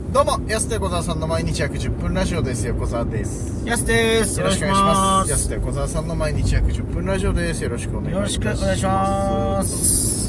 どうも、安手小沢さんの毎日約10分ラジオです。横澤です。 安です。 よろしくお願いします。安手小沢さんの毎日約10分ラジオです。よろしくお願いします。 よろしくお願いします。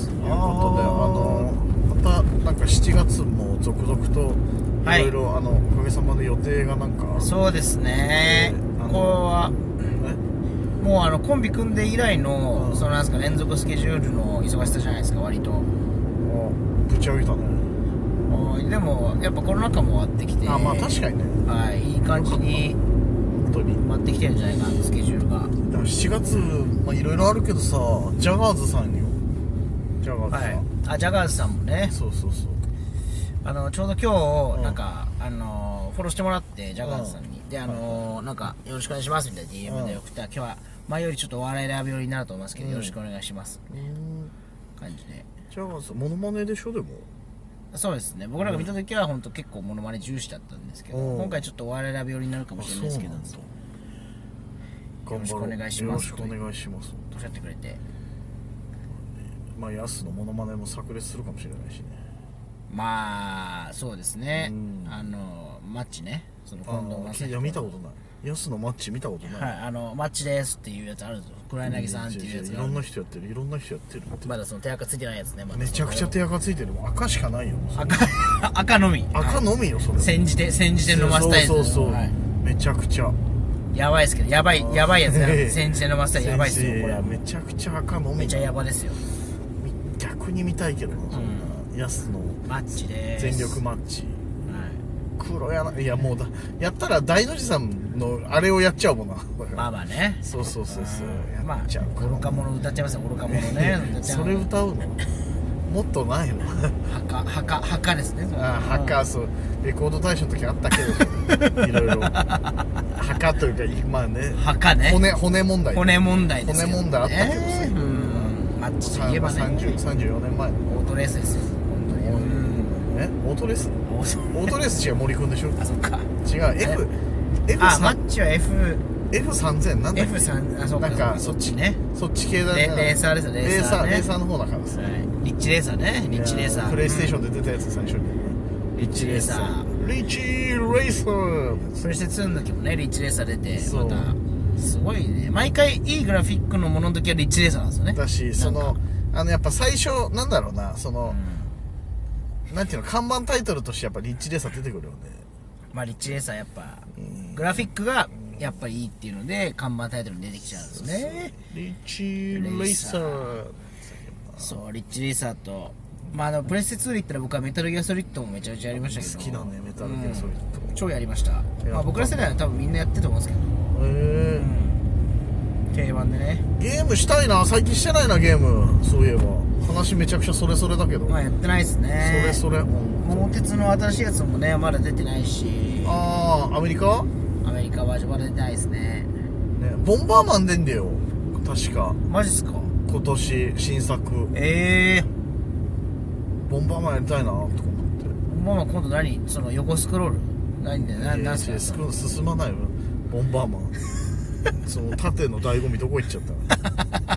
ということで、またなんか7月も続々といろいろ、おかげさまで予定がなんかそうですね。これはもうコンビ組んで以来の、そのなんですか連続スケジュールの忙しさじゃないですか、割と。 ぶち上げたね。 でもやっぱコロナ禍も終わってきて、 まあ確かにね、 はい、いい感じに本当に埋まってきてるんじゃないかな、スケジュールが。 でも7月いろいろあるけどさ、ジャガーズさんよ。ジャガーズさん、 はい、ジャガーズさんもね、 そうちょうど今日なんかフォローしてもらって、ジャガーズさんに、でなんかよろしくお願いしますみたいな DM で送ったら、今日は前よりちょっとお笑いラビオリになると思いますけど、よろしくお願いしますみたいな感じで。 ジャガーズさんモノマネでしょ。でもそうですね、僕らが見た時は本当結構モノマネ重視だったんですけど、今回ちょっとお笑いラビオリになるかもしれないですけど、よろしくお願いしますとおっしゃってくれて、 ヤスのモノマネも炸裂するかもしれないしね。 まあそうですね、マッチね、その近藤正彦。 いや見たことない。ヤスのマッチ見たことない。 はい、マッチですっていうやつあるんですよ、黒柳さんっていうやつが。 いろんな人やってるまだその手垢ついてないやつね、 めちゃくちゃ手垢ついてる。赤しかないよ。 赤のみよそれ。 煎じて飲ませたいやつ。 そう、めちゃくちゃやばいですけど、やばいやつね。煎じて飲ませたいやばいですよ、これ。 めちゃくちゃ赤のみ。 めちゃやばですよ。 逆に見たいけどな、そんなヤスのマッチで全力マッチ。黒やな。いやもうやったら大の字さんのあれをやっちゃうもんな。 まあね、 そうまあ愚か者歌っちゃいますよ、愚か者ね。 それ歌うのもっとないの。 墓ですね。 墓、そう、レコード大賞の時あったけどいろいろ墓というか、まあね、 墓ね、 骨問題ですよね。 骨問題あったけどさ、 マッチといえばね、 34年前のオートレースですよ、本当に。 オートレース違う、森くんでしょ。 あ、そっか、 違う。 マッチは F3000 なんだっけ。 F3、そうか、 なんかそっちね、 そっち系だね。 レーサーですよ、レーサーの方だからさ。 リッチレーサーね、リッチレーサー。 プレイステーションで出たやつ最初に。 リッチレーサー。 リッチレーサー。 プレステ2の時もね、リッチレーサー出て、またすごいね。毎回いいグラフィックのものの時はリッチレーサーなんですよね。 だし、やっぱ最初なんだろうな、なんていうの、看板タイトルとしてやっぱリッチレーサー出てくるよね。 まあリッチレーサーやっぱグラフィックがやっぱりいいっていうので看板タイトルに出てきちゃうんですね。 リッチレーサー。 そう、リッチレーサーと、プレステ2で言ったら僕はメタルギアソリッドもめちゃめちゃやりましたけど。 好きだね、メタルギアソリッド。 超やりました。僕ら世代は多分みんなやってると思うんですけど。定番でね。 ゲームしたいな。最近してないな、ゲーム。そういえば話めちゃくちゃそれだけど。 やってないですね。 それ桃鉄の新しいやつもね、まだ出てないし。 アメリカバージョンまだ出てないですね。 ボンバーマン出んだよ、確か。 マジっすか。 今年新作。ボンバーマンやりたいなとか思って。 ボンバーマン今度何、その横スクロール何すか。 進まないよボンバーマンその縦の醍醐味どこ行っちゃった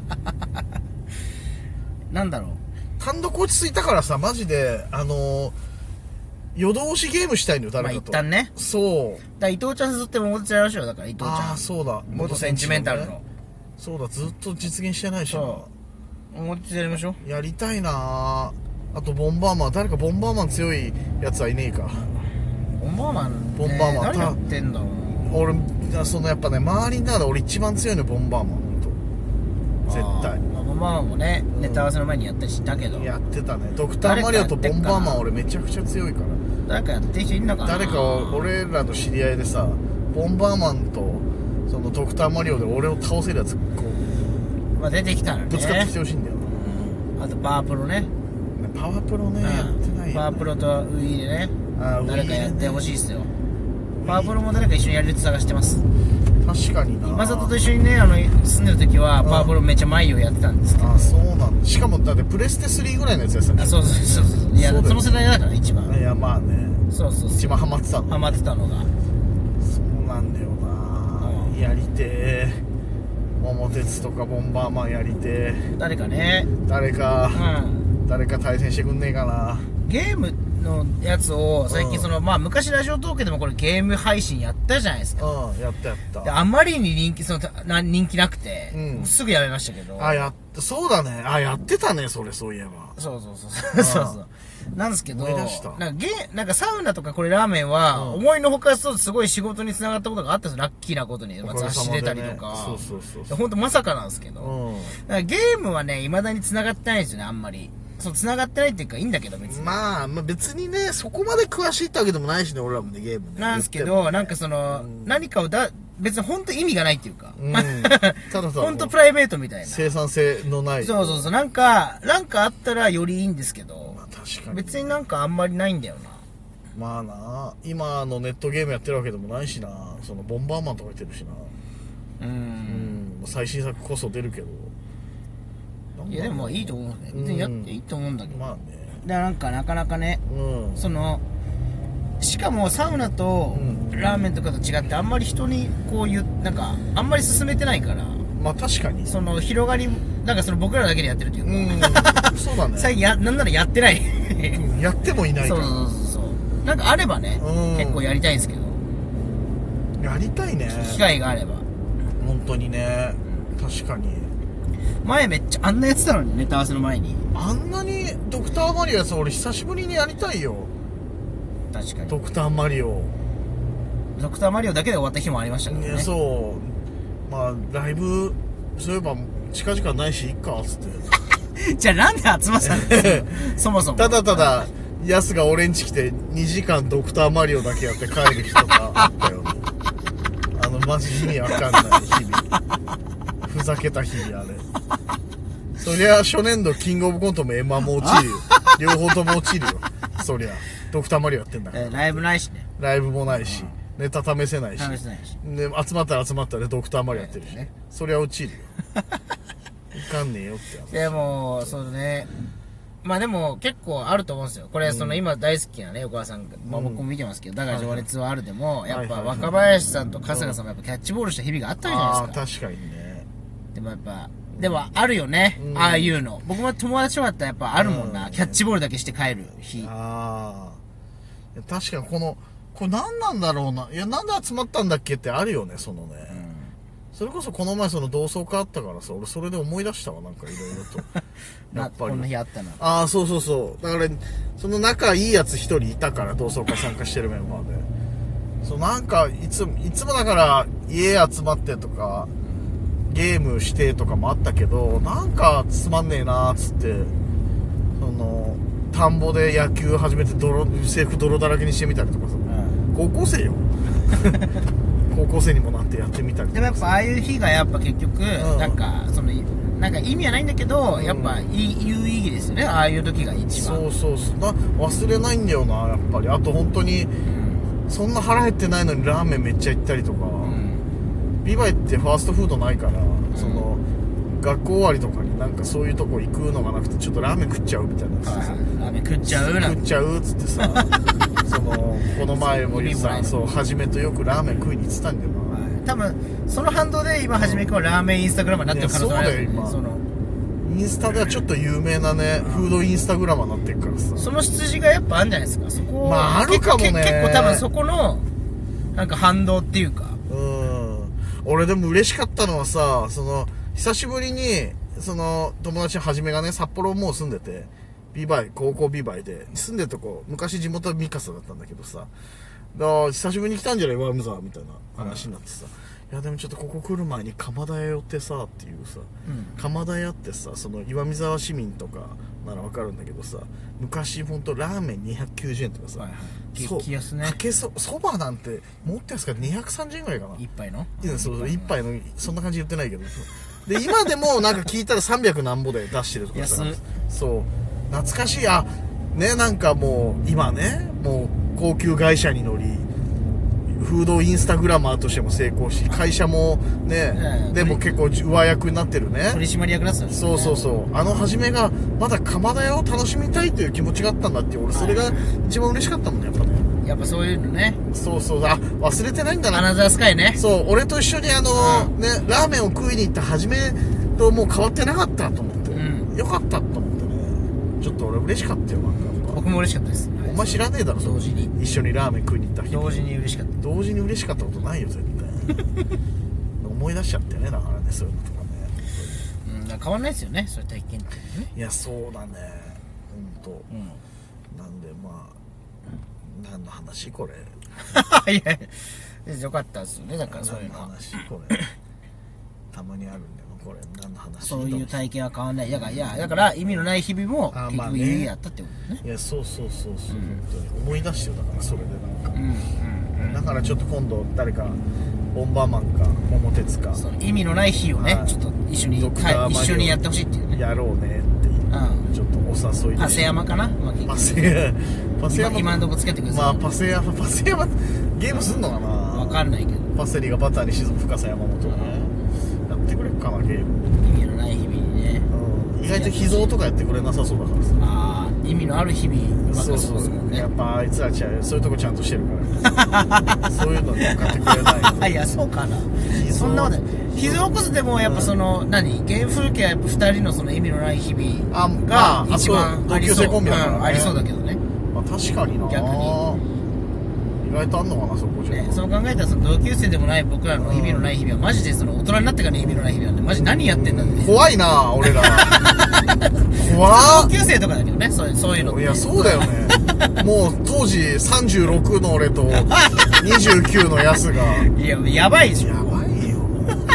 なんだろう、 単独落ち着いたからさ、マジで夜通しゲームしたいのよ、誰かと。 一旦ね。 そうだ、伊藤ちゃん誘ってもちゃいましょう。だから伊藤ちゃん。 そうだ、 元センチメンタルの。 そうだ、ずっと実現してないしな。 表やりましょう。 やりたいな。あとボンバーマン、誰かボンバーマン強いやつはいねえか。 ボンバーマン誰やってんだろう。 俺やっぱね、周りになら俺一番強いのボンバーマン、ほんと絶対。 ボンバーマンもね、ネタ合わせの前にやったりしたけど。 やってたね。ドクターマリオとボンバーマン俺めちゃくちゃ強いから。 誰かやってる人いんのかな。 誰か俺らの知り合いでさ、ボンバーマンとそのドクターマリオで俺を倒せるやつ、こう出てきたらね、 ぶつかってきてほしいんだよな。あとパワープロね。 パワープロね、やってないよね。 パワープロとウイイレね。誰かやってほしいっすよ。パワープロも誰か一緒にやるやつ探してます。 確かにな。 今里と一緒にね、住んでる時はパワープロめっちゃマイオやってたんですけど。 そうなんだ。しかもだってプレステ3ぐらいのやつやってた。 そういや、その世代だから一番。 いやまあね、 そう一番ハマってたのが。そうなんだよな。やりてー。桃鉄とかボンバーマンやりてー。 誰かね、 誰か対戦してくんねえかな。 ゲームのやつを最近まあ昔ラジオトークでもこれゲーム配信やったじゃないですか。 やったであまりに人気人気なくて、すぐやめましたけど。 そうだね。やってたね、そういえば。 そうなんですけど、なんかサウナとかこれラーメンは、思いのほかすごい仕事に繋がったことがあったんですよ。ラッキーなことに。雑誌出たりとか。ほんとまさかなんですけど。ゲームはね、未だに繋がってないんですよね、あんまり。繋がってないっていうかいいんだけど別に。 まあ別にね、そこまで詳しいってわけでもないしね、俺らもね、ゲームね。 なんですけど、なんか何かを別に本当意味がないっていうか。 ただ本当プライベートみたいな。 生産性のない。 そう。なんかあったらよりいいんですけど。 まあ確かに。 別になんかあんまりないんだよな。 まあな、今ネットゲームやってるわけでもないしな、ボンバーマンとか言ってるしな。最新作こそ出るけど。 いやでもいいと思うね。別にやっていいと思うんだけど。 まあね。 でなんかなかなかね、しかもサウナとラーメンとかと違ってあんまり人にこうなんかあんまり進めてないから。 まあ確かに。 広がり、なんか僕らだけでやってるっていうか。 そうだね。 最近なんならやってない。 やってもいないから。 そうなんかあればね、結構やりたいんですけど。 やりたいね。 機会があれば。 本当にね。確かに。 前めっちゃあんなやつたのに、ネタ合わせの前に。 あんなにドクターマリオやつ俺久しぶりにやりたいよ。 確かに。 ドクターマリオだけで終わった日もありましたからね。 そう。まあライブそういえば近々ないしいっかっつってじゃあなんで集まったんですかそもそもただヤスが俺ん家来て2時間ドクターマリオだけやって帰る日とかあったよマジ意味わかんない日々ふざけた日々あれそりゃ初年度キングオブコントも M1 も落ちるよ両方とも落ちるよそりゃドクターマリオやってんだから、 ライブないしね。 ライブもないし、ネタ試せないしで集まったらドクターマリオやってるしね、そりゃ落ちるよいかんねえよってでもまあでも結構あると思うんですよこれ。今大好きなね横川さん、まあ僕も見てますけど、だから情熱はあるでもやっぱ若林さんと春日さんもやっぱキャッチボールした日々があったじゃないですか。 確かにね。 でもあるよね、ああいうの。僕も友達とかだったらやっぱあるもんな、キャッチボールだけして帰る日。 確かにこれ何なんだろうな。いや、なんで集まったんだっけってあるよね、それこそこの前同窓会あったからさ、俺それで思い出したわ、なんかいろいろと。やっぱり。 こんな日あったな。 そう。だから、仲いいやつ一人いたから、同窓会参加してるメンバーで。なんか、いつもだから、家集まってとか、ゲームしてとかもあったけど、なんかつまんねえなーっつって、田んぼで野球始めて制服泥だらけにしてみたりとかさ、高校生よ高校生にもなってやってみたりとか。 でもやっぱああいう日がやっぱ結局、なんか意味はないんだけど、やっぱ有意義ですよね、ああいう時が一番。 そう忘れないんだよな、やっぱり。あと本当に、そんな腹減ってないのにラーメンめっちゃ行ったりとか、ビバイってファーストフードないから、学校終わりとかになんかそういうとこ行くのがなくて、ちょっとラーメン食っちゃうみたいなさ、 ラーメン食っちゃうっつってさこの前も言ってさ、はじめとよくラーメン食いに行ってたんだよな。 多分その反動で今はじめくんはラーメンインスタグラマーになってる可能性ある。 そうだよ今インスタではちょっと有名なね、フードインスタグラマーになってるからさ、 その羊がやっぱあるんじゃないですか、そこ。 まああるかもね。 結構多分そこのなんか反動っていうか。 俺でも嬉しかったのはさ、久しぶりに友達のはじめがね、札幌もう住んでて、高校ビバイで住んでるとこ、昔地元はミカサだったんだけどさ、久しぶりに来たんじゃないワームザーみたいな話になってさ、いやでもちょっとここ来る前に鎌田屋寄ってさっていうさ、鎌田屋ってさ、岩見沢市民とかならわかるんだけどさ、昔ほんとラーメン290円とかさ、 激安ね。 かけそばなんて持ってますから230円ぐらいかな、 一杯の。 そう一杯の、そんな感じで言ってないけど、で今でもなんか聞いたら300何ぼで出してるとかさ、そう懐かしい。なんかもう今ね、もう高級会社に乗り、フードインスタグラマーとしても成功し、会社もね、でも結構上役になってるね、 取締役だったんですね。そうはじめがまだ鎌田屋を楽しみたいという気持ちがあったんだって、俺それが一番嬉しかったもんね、やっぱね。 やっぱそういうのね。 忘れてないんだな。 アナザースカイね。 俺と一緒にラーメンを食いに行ったはじめともう変わってなかったと思って、よかったと思ってね、ちょっと俺嬉しかったよ、なんか。 僕も嬉しかったです。 お前知らねえだろ、 同時に一緒にラーメン食いに行った日同時に嬉しかった。 同時に嬉しかったことないよ絶対思い出しちゃってね、だからね、そういうのとかね。 だから変わんないですよね、そういう体験ってね。 いやそうだね、ほんと、 うんなんでまあ何の話これいやいやよかったですよね、だからそういうのは。 何の話これたまにあるんだよこれ、何の話。 そういう体験は変わんない。だからいやだから意味のない日々も結局有意義だったってことね。 いやそうそうそうそう、本当に思い出してよ、だからそれでなんか、 うんだからちょっと今度誰かボンバーマンか桃鉄かそう意味のない日をね、 はいちょっと一緒にドクターマリオ一緒にやってほしいっていうね。 やろうねっていう、ちょっとお誘いでパセ山かな、まあ、 パセ山今のとこつけてください。 まあパセ山ゲームすんのかな、 わかんないけどパセリがバターに沈む深さ山本ね、やってくれっかなゲーム、 意味のない日々にね。 意外と秘蔵とかやってくれなさそうだからさ。 ああ意味のある日々ばっかりそうですもんね。 やっぱあいつらそういうとこちゃんとしてるからそういうのに向かってくれないいやそうかな、 蔵そんなことない。秘蔵こそでもやっぱその、原風景はやっぱ2人のその意味のない日々が一番ありそう、 同級生コンビだからねありそうだけどね。 まあ確かにな、 逆に意外とあんのかなそこじゃ、 そう考えたらその同級生でもない僕らの意味のない日々はマジでその大人になってからの意味のない日々なんで、マジ何やってんだって怖いな俺ら怖同級生とかだけどね、そういうのって。 いやそうだよねもう当時36の俺と29のヤスがいややばいでしょ。 やばいよ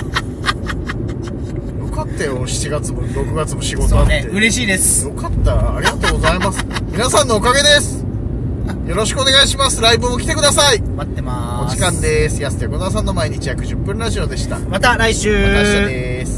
よかったよ、7月も6月も仕事あってそうね、嬉しいです。 よかった、ありがとうございます皆さんのおかげです。よろしくお願いします。ライブも来てください。 待ってまーす。 お時間です。安手小沢さんの毎日約10分ラジオでした。 また来週。 また明日です。